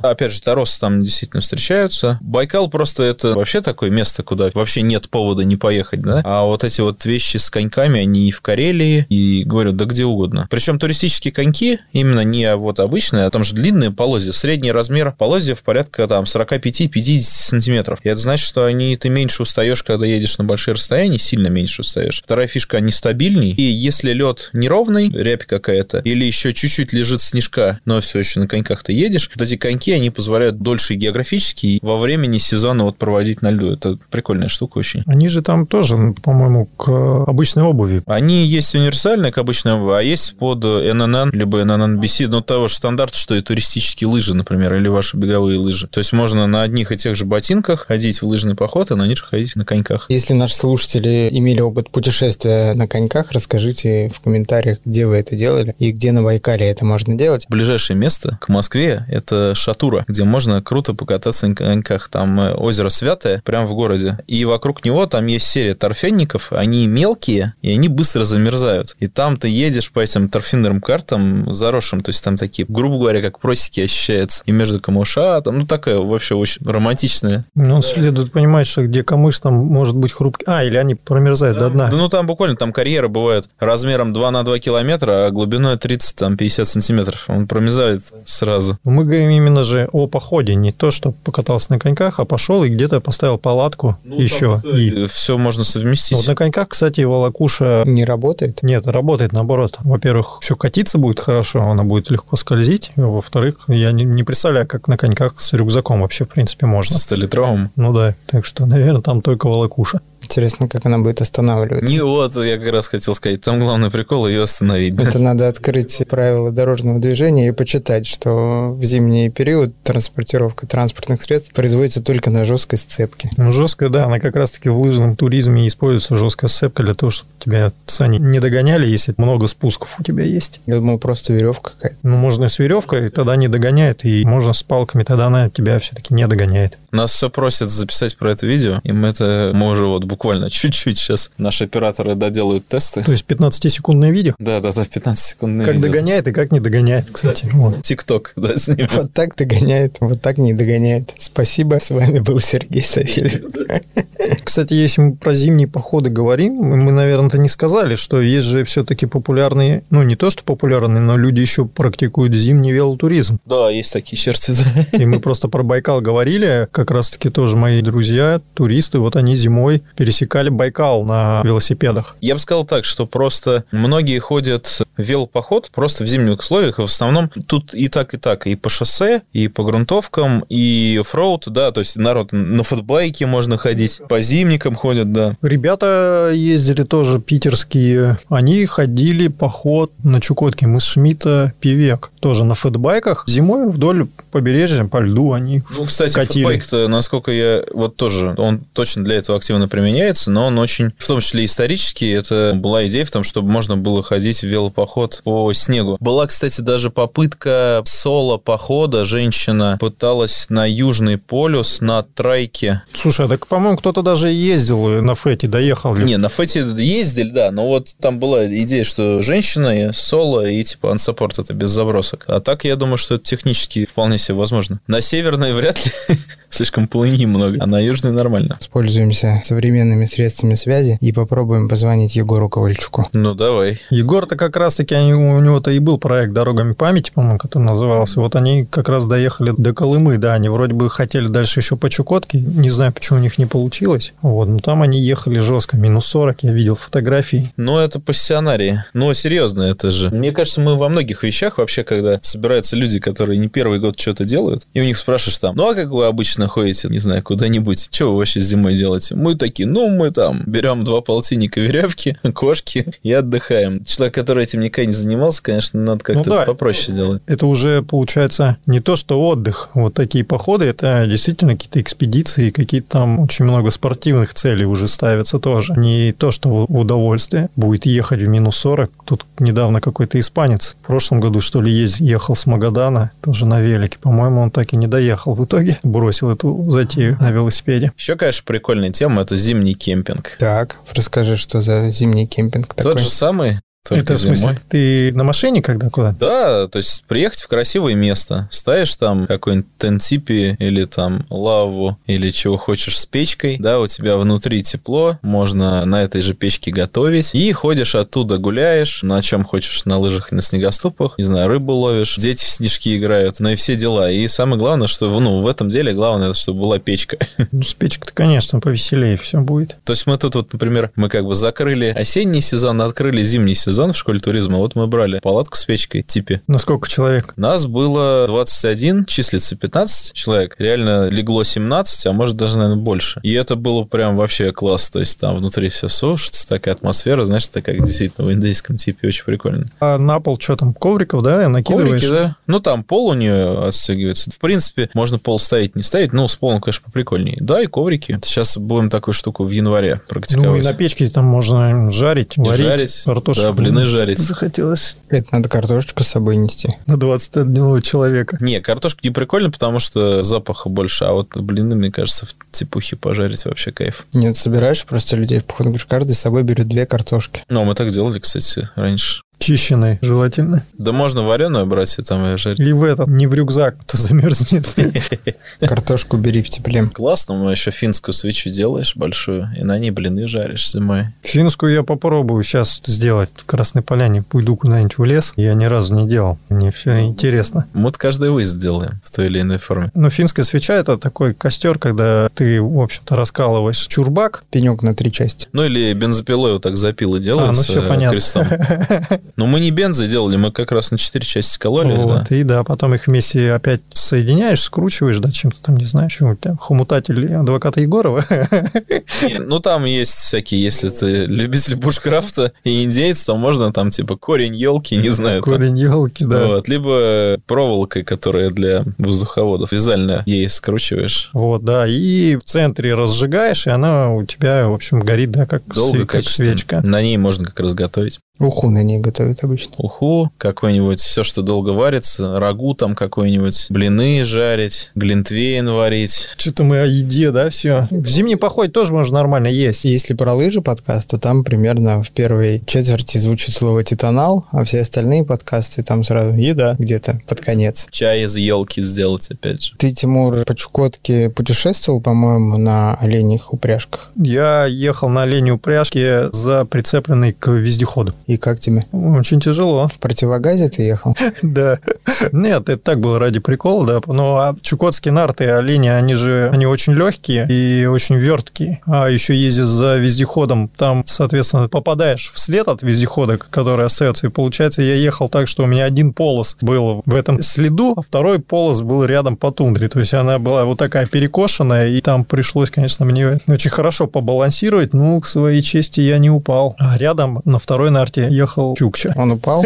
Speaker 2: торосы там действительно встречаются. Байкал просто это вообще такое место, куда вообще нет повода не поехать, да? А вот эти вот вещи с коньками, они и в Карелии, и, говорю, да где угодно. Причем туристические коньки, именно не вот обычные, а там же длинные полозья. Средний размер полозья в порядка там сорок пять - пятьдесят сантиметров. И это значит, что они, ты меньше устаешь, когда едешь на большие расстояния, сильно меньше устаешь. Вторая фишка, они стабильней. И если лед неровный, рябь какая-то, или еще чуть-чуть лежит снежка, но все еще на коньках ты едешь, вот эти коньки, они позволяют дольше географически и во времени сезона вот проводить на льду. Это прикольная штука очень.
Speaker 3: Они же там тоже, по-моему, к обычной обуви.
Speaker 2: Они есть универсальные к обычной обуви, а есть под эн эн эн, либо эн эн эн би си, ну, того же стандарта, что и туристические лыжи, например, или ваши беговые лыжи. То есть можно на одних и тех же ботинках ходить в лыжный поход, а на них же ходить на коньках.
Speaker 4: Если наши слушатели имели опыт путешествия на коньках, расскажите в комментариях, где вы это делали и где на Байкале это можно делать.
Speaker 2: Ближайшее место к Москве – это Шатура, где можно круто покататься на коньках. Там озеро Святое, прямо в городе. И вокруг него там есть серия торфянников. Они мелкие, и они быстро замерзают. И там ты едешь по этим торфяным картам заросшим. То есть там такие, грубо говоря, как просеки ощущаются. И между камыша, там, ну, такая вообще очень романтичная.
Speaker 3: Ну, следует понимать, что где камыш, там может быть хрупкий. А, или они промерзают
Speaker 2: да,
Speaker 3: до дна.
Speaker 2: Да, ну, там буквально, там карьеры бывают размером два на два километра, а глубиной тридцать-пятьдесят сантиметров. Он промерзает сразу.
Speaker 3: Мы говорим именно же о походе, не то, что покатался на коньках, а пошел и где-то поставил палатку ну, еще.
Speaker 2: Там, и... Все можно совместить.
Speaker 3: Вот на коньках, кстати, волокуша...
Speaker 4: Не работает?
Speaker 3: Нет, работает наоборот. Во-первых, все катиться будет хорошо, она будет легко скользить. Во-вторых, я не, не представляю, как на коньках с рюкзаком вообще, в принципе, можно.
Speaker 2: Со столитровым?
Speaker 3: Ну да, так что, наверное, там только волокуша.
Speaker 4: Интересно, как она будет останавливаться.
Speaker 2: Не, вот, я как раз хотел сказать, там главный прикол ее остановить.
Speaker 4: Это надо открыть правила дорожного движения и почитать, что в зимний период транспортировка транспортных средств производится только на жесткой сцепке.
Speaker 3: Ну, жесткая, да, она как раз-таки в лыжном туризме используется жесткая сцепка для того, чтобы тебя сани не догоняли, если много спусков у тебя есть.
Speaker 4: Я думал, просто веревка какая-то.
Speaker 3: Ну, можно с веревкой, тогда не догоняет, и можно с палками, тогда она тебя все-таки не догоняет.
Speaker 2: Нас все просят записать про это видео, и мы это, мы уже вот буквально чуть-чуть сейчас наши операторы доделают тесты.
Speaker 3: То есть пятнадцатисекундное видео?
Speaker 2: Да-да-да, пятнадцатисекундное
Speaker 3: как
Speaker 2: видео.
Speaker 3: Как догоняет и как не догоняет, кстати.
Speaker 2: ТикТок, да, с ним.
Speaker 4: Вот так догоняет, вот так не догоняет. Спасибо, с вами был Сергей Савельев.
Speaker 3: Кстати, если мы про зимние походы говорим, мы, наверное-то не сказали, что есть же все-таки популярные, ну, не то, что популярные, но люди еще практикуют зимний велотуризм.
Speaker 2: Да, есть такие черты, да.
Speaker 3: И мы просто про Байкал говорили, как раз-таки тоже мои друзья, туристы, вот они зимой пересекали Байкал на велосипедах.
Speaker 2: Я бы сказал так, что просто многие ходят в велопоход просто в зимних условиях, и в основном тут и так, и так, и по шоссе, и по грунтовкам, и оффроуд, да, то есть народ на футбайке можно ходить, по зимникам ходят, да.
Speaker 3: Ребята ездили тоже питерские, они ходили поход на Чукотке, мыс Шмидта, Певек, тоже на фэтбайках, зимой вдоль побережья по льду они
Speaker 2: Ну, кстати,
Speaker 3: катили.
Speaker 2: Фэтбайк-то, насколько я, вот тоже, он точно для этого активно применяется, но он очень, в том числе исторически, это была идея в том, чтобы можно было ходить в велопоход по снегу. Была, кстати, даже попытка соло-похода, женщина пыталась на Южный полюс на трайке.
Speaker 3: Слушай, так, по-моему, кто-то даже ездил на Фэте, доехал.
Speaker 2: Не, на Фэте ездили, да, но вот там была идея, что женщина, соло и типа ансаппорт, это без забросок. А так, я думаю, что это технически вполне себе возможно. На Северной вряд ли, слишком полыньи много, а на Южной нормально.
Speaker 4: Пользуемся современными средствами связи и попробуем позвонить Егору Ковальчуку.
Speaker 2: Ну, давай.
Speaker 3: Егор-то как раз-таки, они, у него-то и был проект «Дорогами памяти», по-моему, который назывался. Вот они как раз доехали до Колымы, да, они вроде бы хотели дальше еще по Чукотке, не знаю, почему у них не получилось. Вот, но там они ехали жестко, минус сорок, я видел фотографии.
Speaker 2: Ну, это пассионарии. Ну, серьезно, это же. Мне кажется, мы во многих вещах вообще, когда собираются люди, которые не первый год что-то делают, и у них спрашиваешь там, ну, а как вы обычно ходите, не знаю, куда-нибудь, что вы вообще зимой делаете? Мы такие, ну, мы там берем два полтинника веревки, кошки и отдыхаем. Человек, который этим никогда не занимался, конечно, надо как-то
Speaker 3: ну, да.
Speaker 2: попроще делать.
Speaker 3: Это уже, получается, не то, что отдых. Вот такие походы, это действительно какие-то экспедиции, какие-то там очень много спортивных целей уже ставятся тоже. Не то, что в удовольствие будет ехать в минус сорок. Тут недавно какой-то испанец в прошлом году, что ли, ехал с Магадана, тоже на велике. По-моему, он так и не доехал в итоге. Бросил эту затею на велосипеде.
Speaker 2: Еще, конечно, прикольная тема – это зимний кемпинг.
Speaker 4: Так, расскажи, что за зимний кемпинг такой.
Speaker 2: Тот же самый только
Speaker 3: Это, в
Speaker 2: зимой.
Speaker 3: смысле, ты на машине когда куда?
Speaker 2: Да, то есть приехать в красивое место, ставишь там какой-нибудь тентипи или там лаву, или чего хочешь с печкой, да, у тебя внутри тепло, можно на этой же печке готовить, и ходишь оттуда, гуляешь, на чем хочешь, на лыжах и на снегоступах, не знаю, рыбу ловишь, дети в снежки играют, ну и все дела. И самое главное, что, ну, в этом деле главное, чтобы была печка.
Speaker 3: Ну, с печкой-то, конечно, повеселее все будет.
Speaker 2: То есть мы тут вот, например, мы как бы закрыли осенний сезон, открыли зимний сезон в школе туризма, вот мы брали палатку с печкой, типи.
Speaker 3: На сколько человек?
Speaker 2: Нас было двадцать один, числится пятнадцать человек, реально легло семнадцать, а может даже, наверное, больше. И это было прям вообще класс, то есть там внутри все сушится, такая атмосфера, знаешь, такая, как действительно в индейском типе, очень прикольно.
Speaker 3: А на пол что там, ковриков, да, накидываешь?
Speaker 2: Коврики, да. Ну, там пол у нее отстегивается. В принципе, можно пол ставить, не ставить, но с полом, конечно, поприкольнее. Да, и коврики. Сейчас будем такую штуку в январе практиковать.
Speaker 3: Ну, и на печке там можно жарить,
Speaker 2: И
Speaker 3: варить.
Speaker 2: жарить,
Speaker 3: картошку.
Speaker 2: да, блины жарить.
Speaker 3: Захотелось
Speaker 4: Это надо картошечку с собой нести.
Speaker 3: на двадцать одного человека.
Speaker 2: Не, картошка не прикольно, потому что запаха больше, а вот блины, мне кажется, в тепухе пожарить вообще кайф.
Speaker 4: Нет, собираешь просто людей в поход, говоришь, каждый с собой берет две картошки.
Speaker 2: Ну, мы так делали, кстати, раньше.
Speaker 3: Чищенной желательно.
Speaker 2: Да можно вареную брать и там и жарить.
Speaker 3: И в этот, не в рюкзак, то замерзнет.
Speaker 4: Картошку бери в тепле.
Speaker 2: Классно, мы еще финскую свечу делаешь большую, и на ней блины жаришь зимой.
Speaker 3: Финскую я попробую сейчас сделать в Красной Поляне. Уйду куда-нибудь в лес. Я ни разу не делал. Мне все интересно.
Speaker 2: Мы вот каждый выезд делаем в той или иной форме.
Speaker 3: Но финская свеча – это такой костер, когда ты, в общем-то, раскалываешь чурбак.
Speaker 4: Пенек на три части.
Speaker 2: Ну, или бензопилой вот так запилы
Speaker 3: А,
Speaker 2: делаются
Speaker 3: ну все понятно.
Speaker 2: крестом. Но мы не бензой делали, мы как раз на четыре части кололи.
Speaker 3: Вот,
Speaker 2: Да.
Speaker 3: и да, потом их вместе опять соединяешь, скручиваешь, да, чем-то там, не знаю, чего там, хомутатель адвоката Егорова.
Speaker 2: Ну, там есть всякие, если ты любитель бушкрафта и индейец, то можно там типа корень елки, не знаю. там.
Speaker 3: Корень елки, да.
Speaker 2: Вот, либо проволокой, которая для воздуховодов, вязально ей скручиваешь.
Speaker 3: Вот, да, и в центре разжигаешь, и она у тебя, в общем, горит, да, как,
Speaker 2: Долго,
Speaker 3: све- как
Speaker 2: качественно.
Speaker 3: свечка.
Speaker 2: На ней можно как раз готовить.
Speaker 4: Уху на ней готовят обычно.
Speaker 2: Уху, какой-нибудь, все, что долго варится, рагу там какой-нибудь, блины жарить, глинтвейн варить.
Speaker 3: Что-то мы о еде, да, все. В зимний поход тоже можно нормально есть.
Speaker 4: Если про лыжи подкаст, то там примерно в первой четверти звучит слово «титанал», а все остальные подкасты там сразу еда где-то под конец.
Speaker 2: Чай из елки сделать, опять же.
Speaker 4: Ты, Тимур, по Чукотке путешествовал, по-моему, на оленьих упряжках?
Speaker 3: Я ехал на оленей упряжке за прицепленной к вездеходу.
Speaker 4: И как тебе?
Speaker 3: Очень тяжело.
Speaker 4: В противогазе ты ехал?
Speaker 3: Да. Нет, это так было ради прикола, да. Ну, а чукотские нарты, олени, они же, они очень легкие и очень верткие. А еще ездишь за вездеходом, там, соответственно, попадаешь вслед от вездехода, который остается. И получается, я ехал так, что у меня один полос был в этом следу, а второй полос был рядом по тундре. То есть она была вот такая перекошенная, и там пришлось, конечно, мне очень хорошо побалансировать. Ну, к своей чести я не упал. А рядом на второй нарте ехал Чукча.
Speaker 4: Он упал?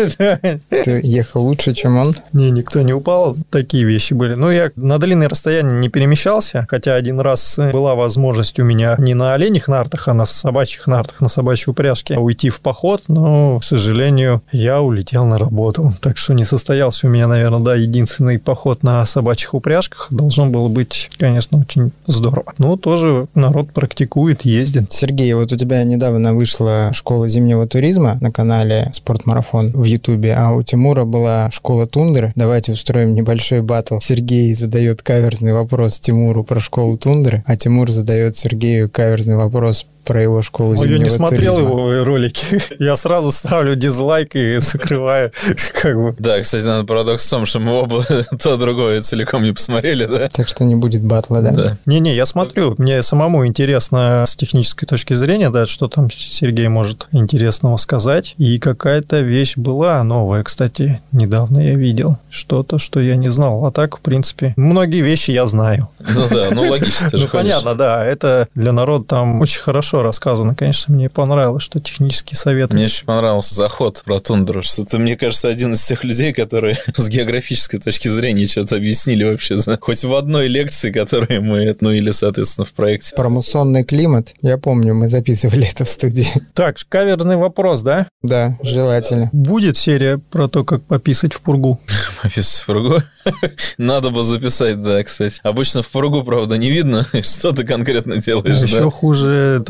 Speaker 4: Ты ехал лучше, чем он?
Speaker 3: Не, никто не упал. Такие вещи были. Ну, я на длинное расстояние не перемещался, хотя один раз была возможность у меня не на оленях нартах, а на собачьих нартах, на собачьей упряжке уйти в поход, но, к сожалению, я улетел на работу. Так что не состоялся у меня, наверное, да, единственный поход на собачьих упряжках. Должно было быть, конечно, очень здорово. Но тоже народ практикует, ездит.
Speaker 4: Сергей, вот у тебя недавно вышла школа зимнего туризма на канале «Спортмарафон» в Ютубе, а у Тимура была школа тундры. Давайте устроим небольшой баттл. Сергей задает каверзный вопрос Тимуру про школу тундры, а Тимур задает Сергею каверзный вопрос про его школу зимнего туризма.
Speaker 3: Я не смотрел его ролики. Я сразу ставлю дизлайк и закрываю. Как бы.
Speaker 2: Да, кстати, надо парадокс в том, что мы оба то другое целиком не посмотрели, да?
Speaker 4: Так что не будет батла, да?
Speaker 2: Да.
Speaker 3: Не-не, я смотрю. Мне самому интересно с технической точки зрения, да, что там Сергей может интересного сказать. И какая-то вещь была новая, кстати, недавно я видел. Что-то, что я не знал. А так, в принципе, многие вещи я знаю.
Speaker 2: Ну да, ну логично. Ты же
Speaker 3: Ну понятно, да. Это для народа там очень хорошо рассказано. Конечно, мне понравилось, что технические советы.
Speaker 2: Мне очень понравился заход про тундру, что ты, мне кажется, один из тех людей, которые с географической точки зрения что-то объяснили вообще, хоть в одной лекции, которую мы, ну или, соответственно, в проекте.
Speaker 4: Про муссонный климат, я помню, мы записывали это в студии.
Speaker 3: Так, каверзный вопрос, да?
Speaker 4: Да, желательно.
Speaker 3: Будет серия про то, как пописать в пургу?
Speaker 2: Пописать в пургу? Надо бы записать, да, кстати. Обычно в пургу, правда, не видно, что ты конкретно делаешь,
Speaker 3: А
Speaker 2: да?
Speaker 3: еще хуже, там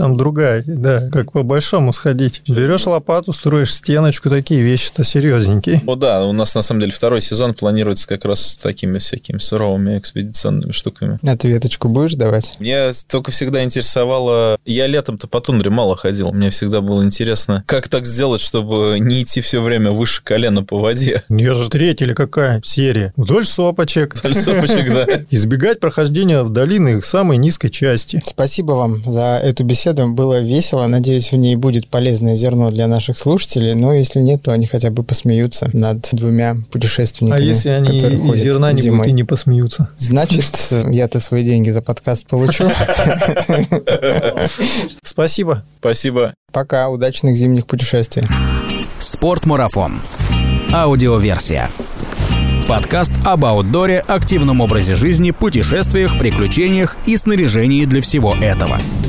Speaker 3: там другая, да, как по-большому сходить. Берешь лопату, строишь стеночку, такие вещи-то серьезненькие.
Speaker 2: О, да, у нас на самом деле второй сезон планируется как раз с такими всякими суровыми экспедиционными штуками.
Speaker 4: Ответочку будешь давать?
Speaker 2: Мне только всегда интересовало... Я летом-то по тундре мало ходил. Мне всегда было интересно, как так сделать, чтобы не идти все время выше колена по воде.
Speaker 3: Я же третья или какая серия? Вдоль сопочек.
Speaker 2: Вдоль сопочек, да.
Speaker 3: Избегать прохождения в долины их самой низкой части.
Speaker 4: Спасибо вам за эту беседу. Было весело. Надеюсь, в ней будет полезное зерно для наших слушателей. Но если нет, то они хотя бы посмеются над двумя путешественниками,
Speaker 3: а если они и зерна не будут и не посмеются?
Speaker 4: Значит, я-то свои деньги за подкаст получу.
Speaker 3: Спасибо.
Speaker 2: Спасибо.
Speaker 4: Пока. Удачных зимних путешествий.
Speaker 1: Спортмарафон. Аудиоверсия. Подкаст об аутдоре, активном образе жизни, путешествиях, приключениях и снаряжении для всего этого.